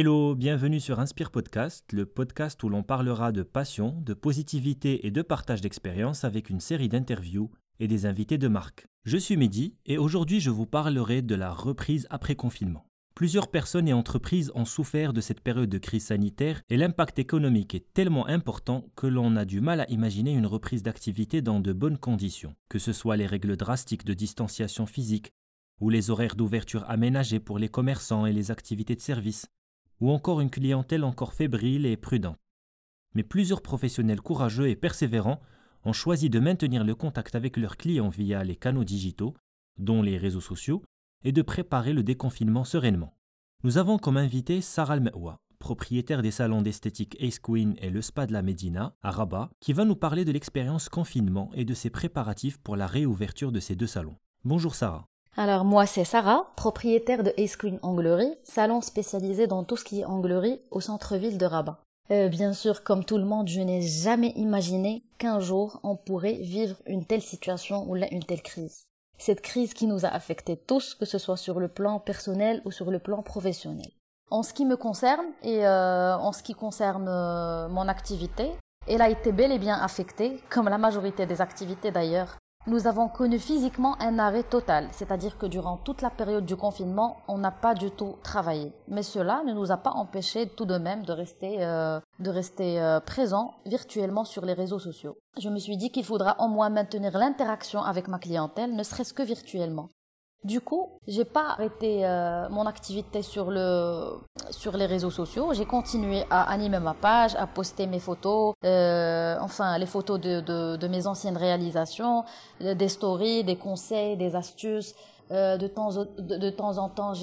Hello, bienvenue sur Inspire Podcast, le podcast où l'on parlera de passion, de positivité et de partage d'expériences avec une série d'interviews et des invités de marque. Je suis Mehdi et aujourd'hui je vous parlerai de la reprise après confinement. Plusieurs personnes et entreprises ont souffert de cette période de crise sanitaire et l'impact économique est tellement important que l'on a du mal à imaginer une reprise d'activité dans de bonnes conditions, que ce soit les règles drastiques de distanciation physique ou les horaires d'ouverture aménagés pour les commerçants et les activités de service, ou encore une clientèle encore fébrile et prudente. Mais plusieurs professionnels courageux et persévérants ont choisi de maintenir le contact avec leurs clients via les canaux digitaux, dont les réseaux sociaux, et de préparer le déconfinement sereinement. Nous avons comme invité Sarah Al-Mewa, propriétaire des salons d'esthétique Ace Queen et le spa de la Médina, à Rabat, qui va nous parler de l'expérience confinement et de ses préparatifs pour la réouverture de ces deux salons. Bonjour Sarah. Alors moi c'est Sarah, propriétaire de Ace Queen Onglerie, salon spécialisé dans tout ce qui est onglerie au centre-ville de Rabat. Bien sûr, comme tout le monde, je n'ai jamais imaginé qu'un jour on pourrait vivre une telle situation ou là une telle crise. Cette crise qui nous a affectés tous, que ce soit sur le plan personnel ou sur le plan professionnel. En ce qui me concerne et en ce qui concerne mon activité, elle a été bel et bien affectée, comme la majorité des activités d'ailleurs. Nous avons connu physiquement un arrêt total, c'est-à-dire que durant toute la période du confinement, on n'a pas du tout travaillé. Mais cela ne nous a pas empêché tout de même de rester présents virtuellement sur les réseaux sociaux. Je me suis dit qu'il faudra au moins maintenir l'interaction avec ma clientèle, ne serait-ce que virtuellement. Du coup, j'ai pas arrêté mon activité sur les réseaux sociaux. J'ai continué à animer ma page, à poster mes photos, les photos de mes anciennes réalisations, des stories, des conseils, des astuces. De temps en temps,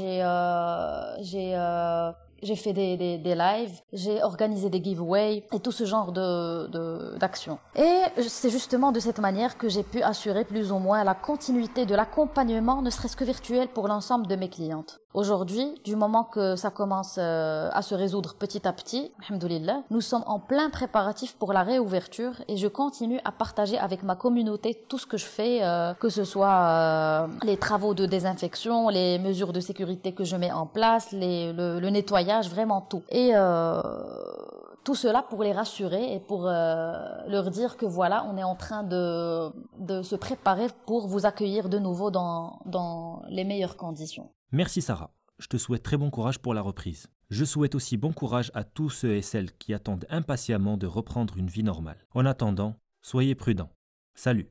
j'ai fait des lives, j'ai organisé des giveaways et tout ce genre d'actions. Et c'est justement de cette manière que j'ai pu assurer plus ou moins la continuité de l'accompagnement, ne serait-ce que virtuel, pour l'ensemble de mes clientes. Aujourd'hui, du moment que ça commence à se résoudre petit à petit, alhamdoulilah, nous sommes en plein préparatif pour la réouverture et je continue à partager avec ma communauté tout ce que je fais, que ce soit les travaux de désinfection, les mesures de sécurité que je mets en place, le nettoyage, vraiment tout. Et tout cela pour les rassurer et pour leur dire que voilà, on est en train de se préparer pour vous accueillir de nouveau dans les meilleures conditions. Merci Sarah, je te souhaite très bon courage pour la reprise. Je souhaite aussi bon courage à tous ceux et celles qui attendent impatiemment de reprendre une vie normale. En attendant, soyez prudents. Salut.